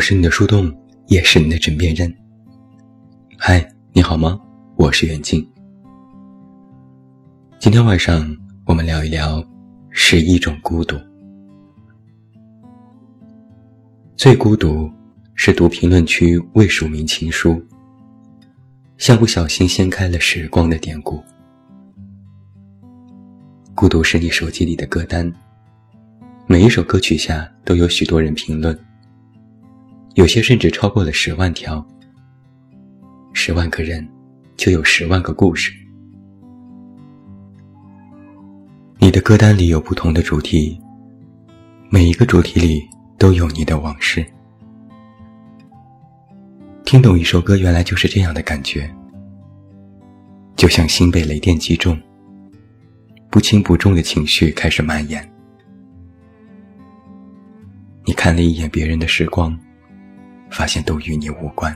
是你的树洞，也是你的枕边人。嗨，你好吗？我是远近。今天晚上我们聊一聊11种孤独。最孤独是读评论区未署名情书，像不小心掀开了时光的典故。孤独是你手机里的歌单，每一首歌曲下都有许多人评论，有些甚至超过了10万条。10万个人就有10万个故事。你的歌单里有不同的主题，每一个主题里都有你的往事。听懂一首歌原来就是这样的感觉，就像心被雷电击中，不轻不重的情绪开始蔓延。你看了一眼别人的时光，发现都与你无关。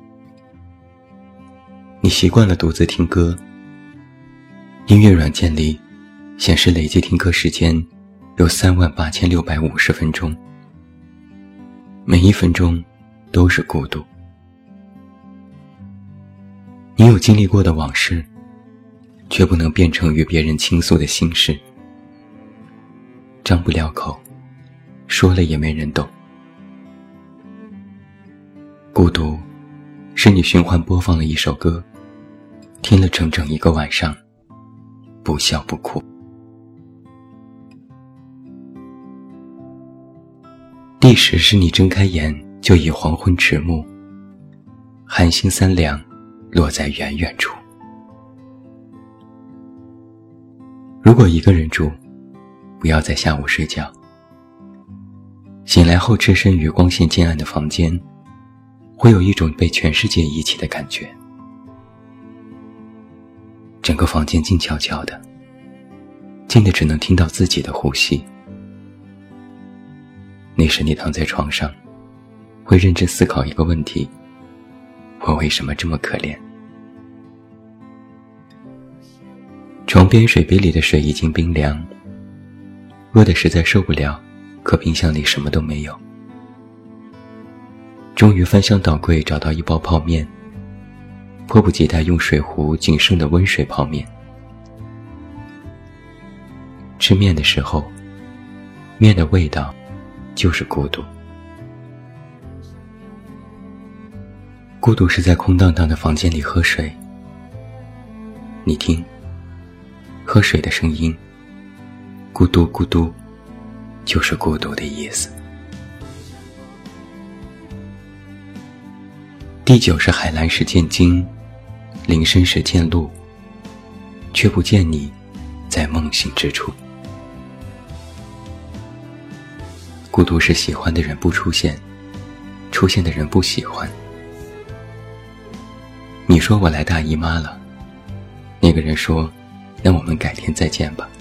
你习惯了独自听歌，音乐软件里显示累计听歌时间有38650分钟，每一分钟都是孤独。你有经历过的往事，却不能变成与别人倾诉的心事，张不了口，说了也没人懂。孤独是你循环播放了一首歌，听了整整1个晚上，不笑不哭。第10是你睁开眼就已黄昏迟暮，寒星3两落在远远处。如果一个人住，不要在下午睡觉。醒来后置身于光线渐暗的房间，会有一种被全世界遗弃的感觉。整个房间静悄悄的，静得只能听到自己的呼吸。那时你躺在床上，会认真思考一个问题：我为什么这么可怜？床边水杯里的水已经冰凉，饿得实在受不了，可冰箱里什么都没有。终于翻箱倒柜找到一包泡面，迫不及待用水壶仅剩的温水泡面。吃面的时候，面的味道就是孤独。孤独是在空荡荡的房间里喝水，你听，喝水的声音，咕嘟咕嘟，就是孤独的意思。第9是海蓝时见鲸，林深时见鹿，却不见你在梦醒之处。孤独是喜欢的人不出现，出现的人不喜欢。你说我来大姨妈了，那个人说那我们改天再见吧。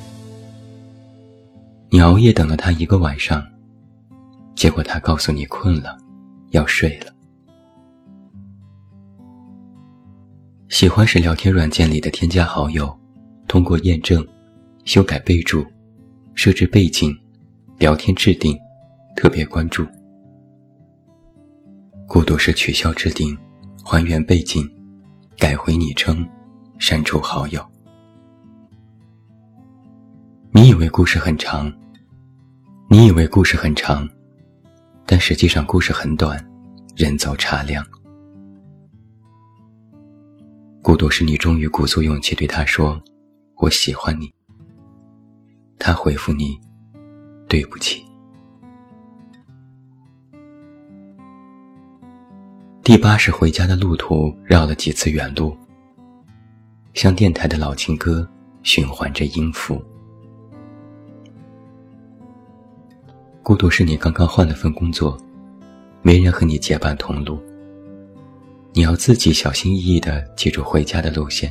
你熬夜等了他1个晚上，结果他告诉你困了，要睡了。喜欢是聊天软件里的添加好友，通过验证、修改备注、设置背景、聊天置顶、特别关注。孤独是取消置顶、还原背景、改回昵称、删除好友。你以为故事很长，但实际上故事很短，人走茶凉。孤独是你终于鼓足勇气对他说我喜欢你，他回复你对不起。第8是回家的路途绕了几次远路，像电台的老情歌循环着音符。孤独是你刚刚换了份工作，没人和你结伴同路，你要自己小心翼翼地记住回家的路线。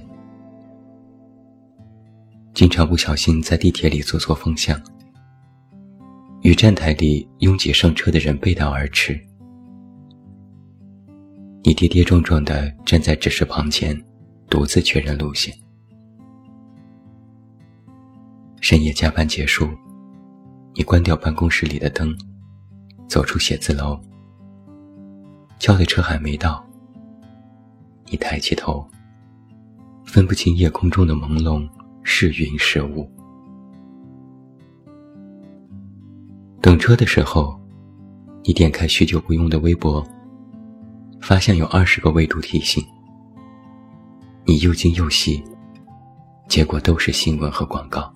经常不小心在地铁里坐错方向，与站台里拥挤上车的人背道而驰。你跌跌撞撞地站在指示旁前，独自确认路线。深夜加班结束，你关掉办公室里的灯，走出写字楼， 叫的车还没到，你抬起头，分不清夜空中的朦胧是云是雾。等车的时候，你点开许久不用的微博，发现有20个未读提醒，你又惊又喜，结果都是新闻和广告。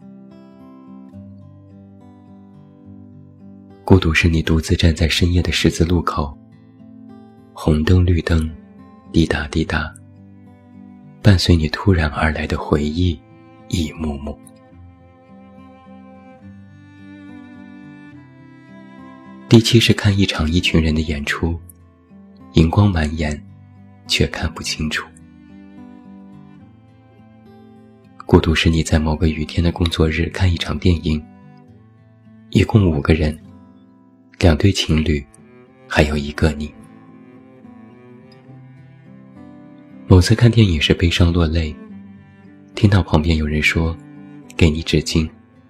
孤独是你独自站在深夜的十字路口，红灯绿灯，滴答滴答，伴随你突然而来的回忆一幕幕。第7是看一场一群人的演出，荧光满眼，却看不清楚。孤独是你在某个雨天的工作日看一场电影，一共5个人，2对情侣，还有1个你。某次看电影时悲伤落泪，听到旁边有人说给你纸巾，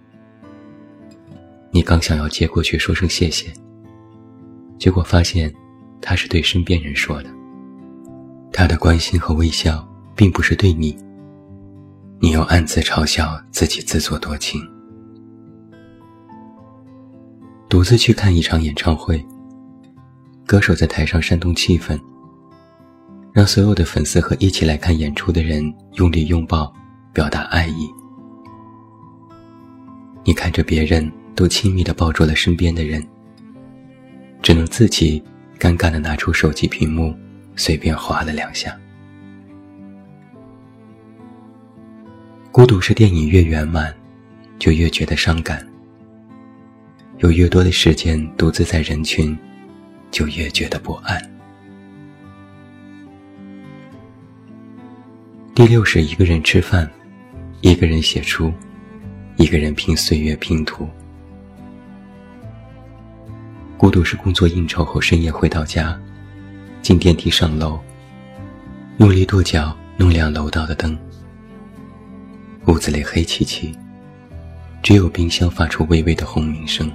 你刚想要接过去说声谢谢，结果发现他是对身边人说的。他的关心和微笑并不是对你，你又暗自嘲笑自己自作多情。独自去看一场演唱会，歌手在台上煽动气氛，让所有的粉丝和一起来看演出的人用力拥抱，表达爱意。你看着别人都亲密地抱住了身边的人，只能自己尴尬地拿出手机屏幕，随便划了2下。孤独是电影越圆满，就越觉得伤感。有越多的时间独自在人群，就越觉得不安。第6是一个人吃饭，一个人写书，一个人拼岁月拼图。孤独是工作应酬后深夜回到家，进电梯上楼，用力跺脚弄亮楼道的灯，屋子里黑漆漆，只有冰箱发出微微的轰鸣声。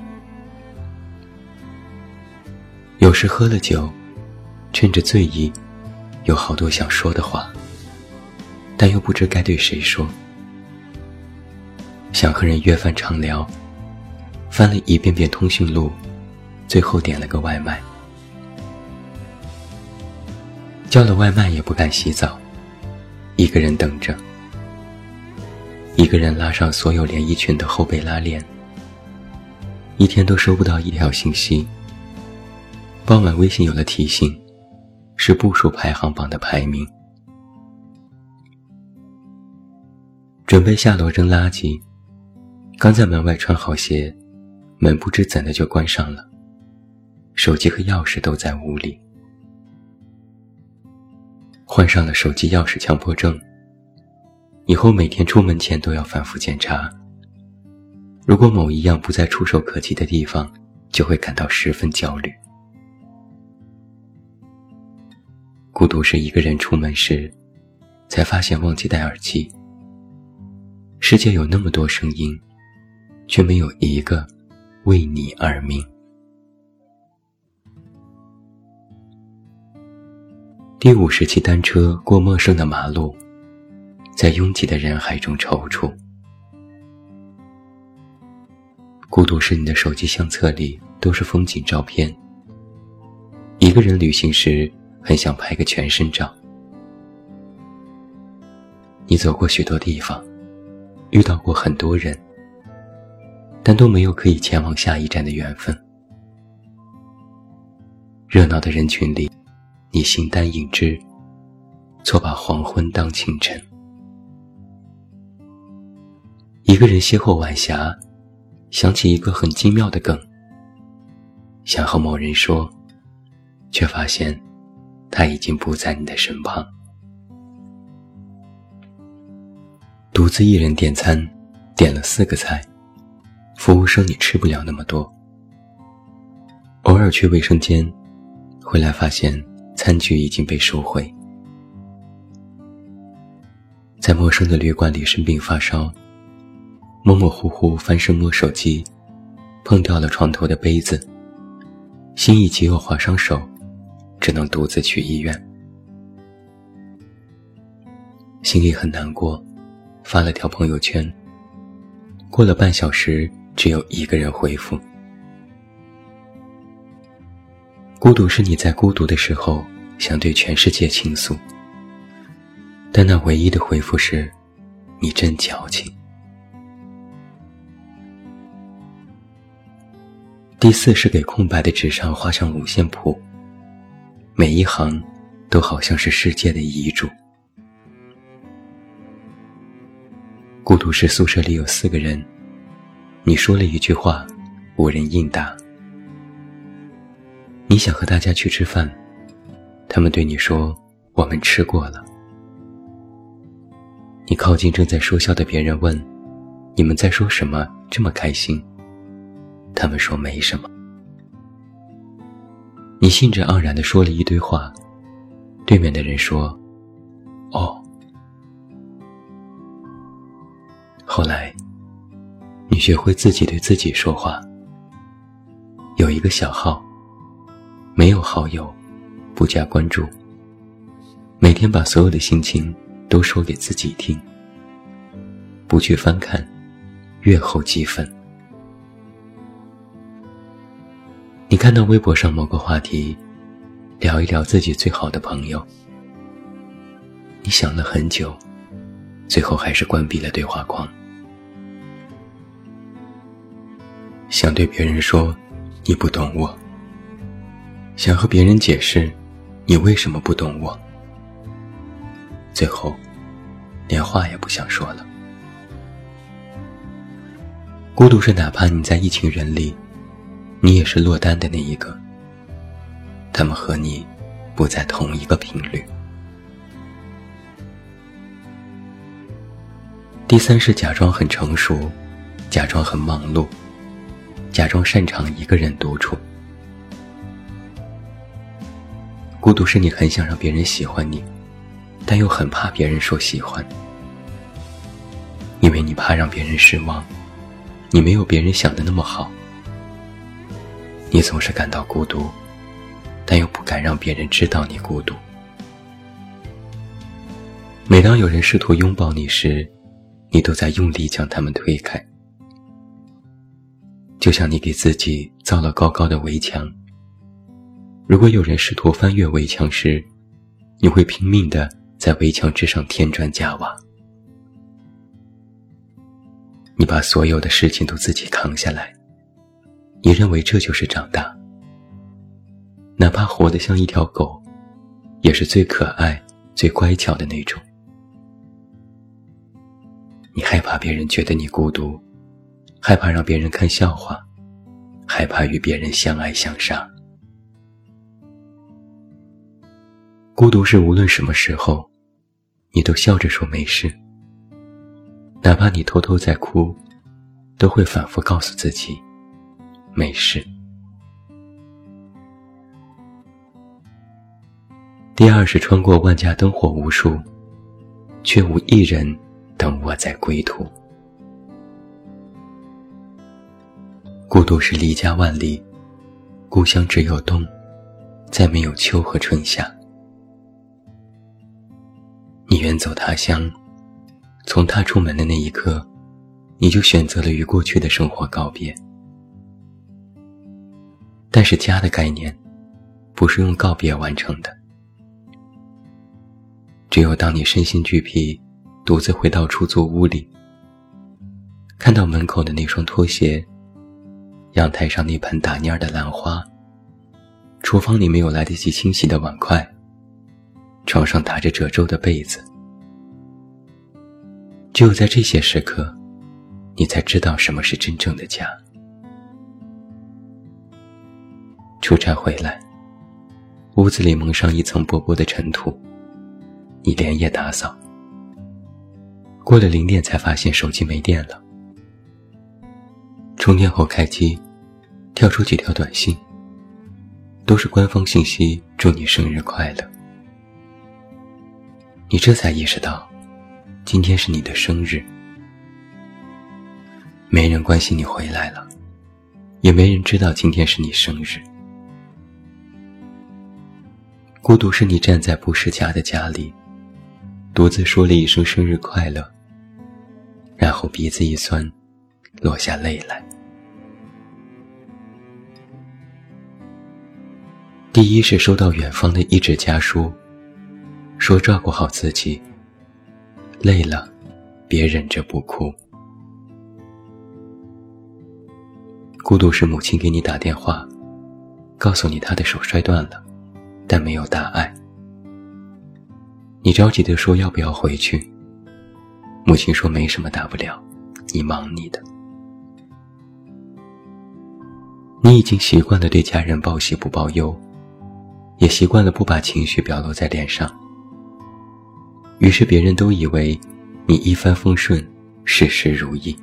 有时喝了酒，趁着醉意，有好多想说的话，但又不知该对谁说。想和人约饭畅聊，翻了一遍遍通讯录，最后点了个外卖。叫了外卖也不敢洗澡，一个人等着，一个人拉上所有连衣裙的后背拉链，一天都收不到1条信息。傍晚微信有了提醒，是步数排行榜的排名。准备下楼扔垃圾，刚在门外穿好鞋，门不知怎的就关上了，手机和钥匙都在屋里。患上了手机钥匙强迫症，以后每天出门前都要反复检查，如果某一样不在触手可及的地方，就会感到十分焦虑。孤独是一个人出门时，才发现忘记戴耳机。世界有那么多声音，却没有一个为你而鸣。第5是骑单车过陌生的马路，在拥挤的人海中踌躇。孤独是你的手机相册里都是风景照片，一个人旅行时很想拍个全身照。你走过许多地方，遇到过很多人，但都没有可以前往下一站的缘分。热闹的人群里，你形单影只，错把黄昏当清晨。一个人邂逅晚霞，想起一个很精妙的梗，想和某人说，却发现他已经不在你的身旁。独自一人点餐，点了4个菜，服务生也吃不了那么多。偶尔去卫生间，回来发现餐具已经被收回。在陌生的旅馆里生病发烧，模模糊糊翻身摸手机，碰掉了床头的杯子，心一急又划伤手， 只能独自去医院。心里很难过，发了条朋友圈，过了半小时，只有1个人回复。孤独是你在孤独的时候想对全世界倾诉，但那唯一的回复是你真矫情。第4是给空白的纸上画上五线谱，每一行都好像是世界的遗嘱。孤独是宿舍里有4个人，你说了一句话，无人应答。你想和大家去吃饭，他们对你说我们吃过了。你靠近正在说笑的别人问，你们在说什么这么开心？他们说没什么。你兴致盎然地说了一堆话，对面的人说哦。后来你学会自己对自己说话，有一个小号，没有好友，不加关注，每天把所有的心情都说给自己听，不去翻看，阅后即焚。你看到微博上某个话题，聊一聊自己最好的朋友，你想了很久，最后还是关闭了对话框。想对别人说你不懂我，想和别人解释你为什么不懂我，最后连话也不想说了。孤独是哪怕你在一群人里，你也是落单的那一个，他们和你不在同一个频率。第3是假装很成熟，假装很忙碌，假装擅长一个人独处。孤独是你很想让别人喜欢你，但又很怕别人说喜欢，因为你怕让别人失望，你没有别人想的那么好。你总是感到孤独，但又不敢让别人知道你孤独。每当有人试图拥抱你时，你都在用力将他们推开，就像你给自己造了高高的围墙。如果有人试图翻越围墙时，你会拼命地在围墙之上添砖加瓦。你把所有的事情都自己扛下来，你认为这就是长大。哪怕活得像一条狗，也是最可爱最乖巧的那种。你害怕别人觉得你孤独，害怕让别人看笑话，害怕与别人相爱相杀。孤独是无论什么时候，你都笑着说没事，哪怕你偷偷在哭，都会反复告诉自己没事。第2是穿过万家灯火无数，却无一人等我在归途。孤独是离家万里，故乡只有冬，再没有秋和春夏。你远走他乡，从踏出门的那一刻，你就选择了与过去的生活告别。但是家的概念不是用告别完成的，只有当你身心俱疲，独自回到出租屋里，看到门口的那双拖鞋，阳台上那盆打蔫的兰花，厨房里没有来得及清洗的碗筷，床上打着褶皱的被子，只有在这些时刻，你才知道什么是真正的家。出差回来，屋子里蒙上一层薄薄的尘土，你连夜打扫，过了0点才发现手机没电了。充电后开机，跳出几条短信，都是官方信息，祝你生日快乐。你这才意识到，今天是你的生日。没人关心你回来了，也没人知道今天是你生日。 孤独是你站在不是家的家里，独自说了一声生日快乐，然后鼻子一酸，落下泪来。第一是收到远方的一纸家书，说照顾好自己，累了别忍着不哭。孤独是母亲给你打电话，告诉你她的手摔断了，但没有大碍。你着急地说要不要回去，母亲说没什么大不了，你忙你的。你已经习惯了对家人报喜不报忧，也习惯了不把情绪表露在脸上，于是别人都以为你一帆风顺，事事如意。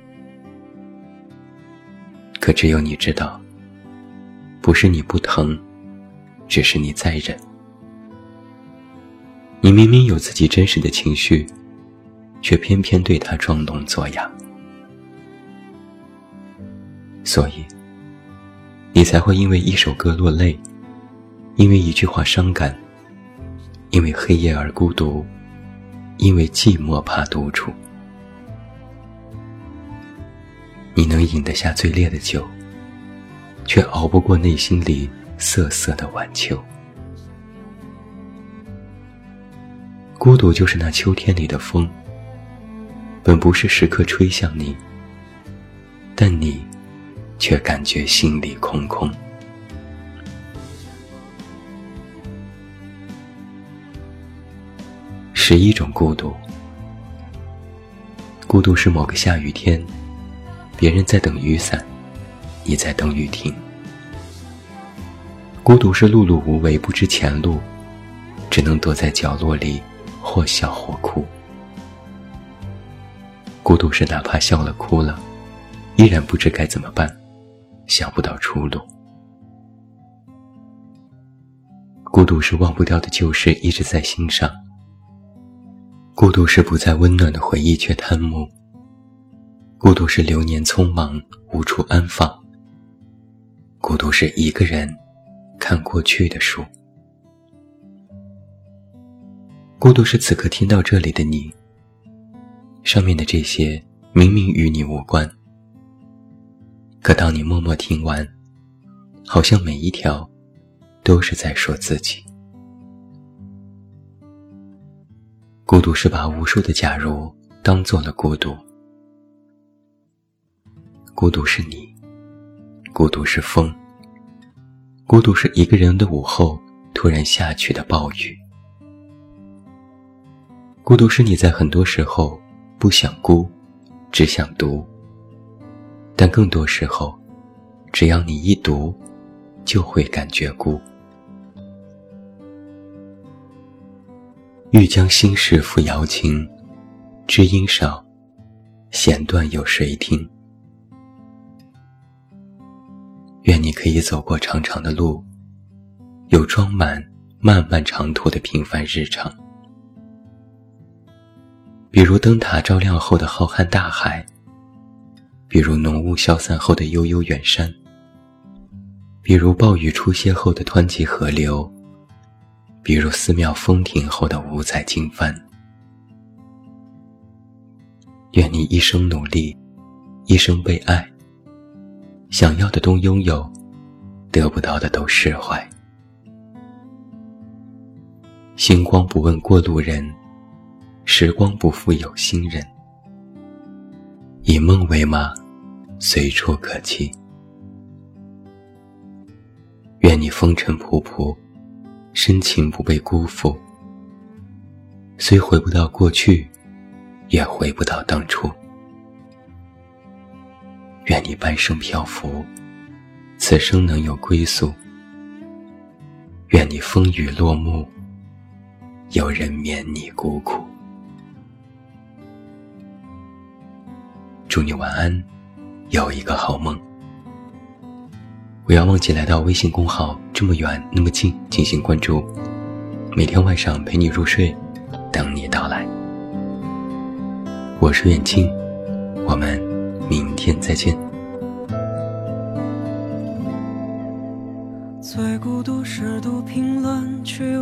可只有你知道，不是你不疼，只是你在忍。你明明有自己真实的情绪，却偏偏对它装聋作哑。所以你才会因为一首歌落泪，因为一句话伤感，因为黑夜而孤独，因为寂寞怕独处。你能饮得下最烈的酒，却熬不过内心里涩涩的晚秋。孤独就是那秋天里的风，本不是时刻吹向你，但你却感觉心里空空。11种孤独。孤独是某个下雨天，别人在等雨伞，你在等雨停。孤独是碌碌无为，不知前路，只能躲在角落里或笑或哭。孤独是哪怕笑了哭了，依然不知该怎么办，想不到出路。孤独是忘不掉的旧事一直在心上。孤独是不再温暖的回忆却贪慕。孤独是流年匆忙，无处安放。孤独是一个人看过去的书。孤独是此刻听到这里的你，上面的这些明明与你无关，可当你默默听完，好像每一条都是在说自己。孤独是把无数的假如当做了孤独。孤独是你，孤独是风，孤独是一个人的午后突然下去的暴雨。孤独是你在很多时候不想孤，只想读，但更多时候，只要你一读，就会感觉孤。欲将心事付瑶琴，知音少，弦断有谁听。愿你可以走过长长的路，有装满漫漫长途的平凡日常。比如灯塔照亮后的浩瀚大海，比如浓雾消散后的悠悠远山，比如暴雨出歇后的湍急河流，比如寺庙风停后的五彩经幡。愿你一生努力，一生被爱，想要的都拥有，得不到的都释怀。星光不问过路人，时光不负有心人。以梦为马，随处可栖。愿你风尘仆仆，深情不被辜负，虽回不到过去，也回不到当初。愿你半生漂浮，此生能有归宿。愿你风雨落幕，有人免你孤苦。祝你晚安，有一个好梦。不要忘记来到微信公号这么远那么近进行关注，每天晚上陪你入睡，等你到来。我是远近，我们明天再见。 最孤独是读评论区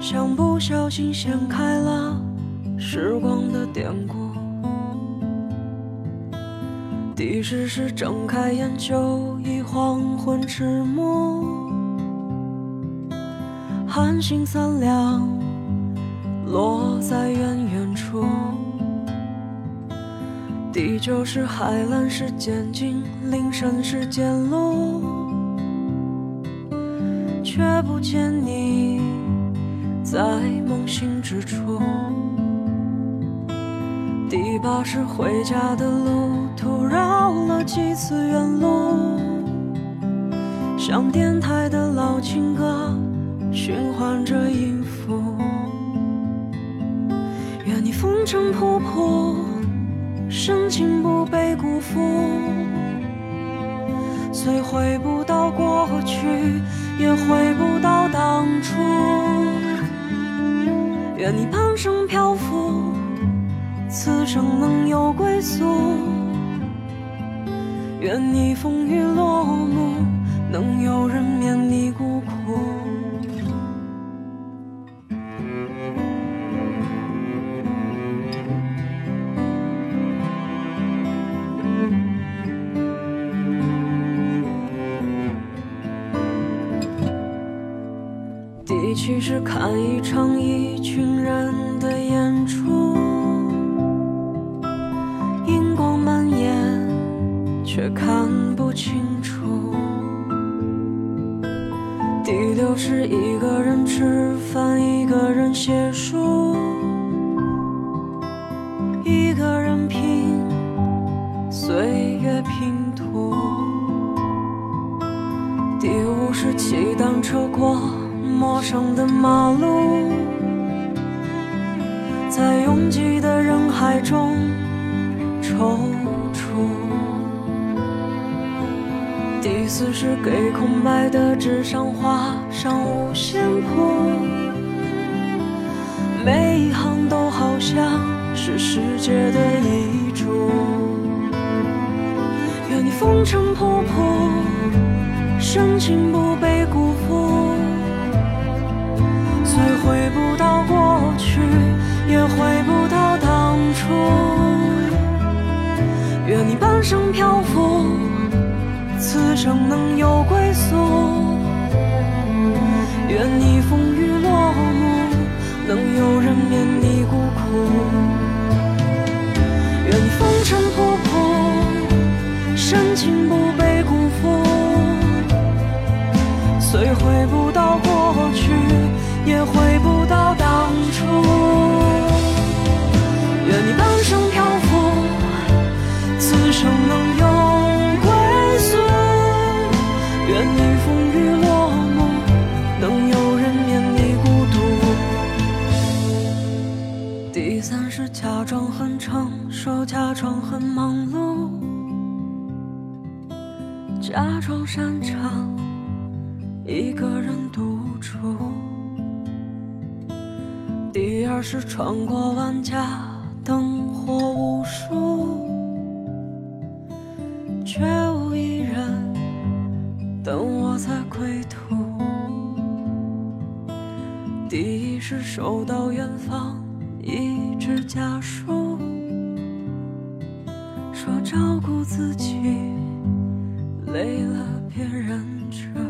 像不小心掀开了时光的典故。第10时睁开眼就已黄昏迟暮，寒星3两落在远远处。第9时海蓝时渐近，凌晨时渐露，却不见你在梦醒之处。第8时回家的路途绕了几次远路，像电台的老情歌循环着音符。愿你风尘仆仆，深情不被辜负，虽回不到过去，也回不到当初。愿你半生漂浮，此生能有归宿。愿你风雨落幕，能有人免你孤苦。第7时看一场一群人的演出，荧光蔓延，却看不清楚。第6时一个人吃饭，一个人写书，一个人拼岁月拼图。第5时骑单车过陌生的马路，在拥挤的人海中踌躇。第4时给空白的纸上画上五线谱，每一行都好像是世界的遗嘱。愿你风尘仆仆，深情不被辜负，虽回不到过去，也回不到当初。愿你半生漂浮，此生能有归宿。愿你风雨落幕，能有人免你孤苦。愿你风尘仆仆，深情不被辜负，虽回不到过去，也回不到当初。愿你半生漂浮，此生能有归宿。愿你风雨落幕，能有人免你孤独。第3时假装很成熟，假装很忙碌，假装擅长一个人独处。第2时穿过万家灯火无数，却无一人等我在归途。第1时收到远方一纸家书，说照顾自己累了别忍着。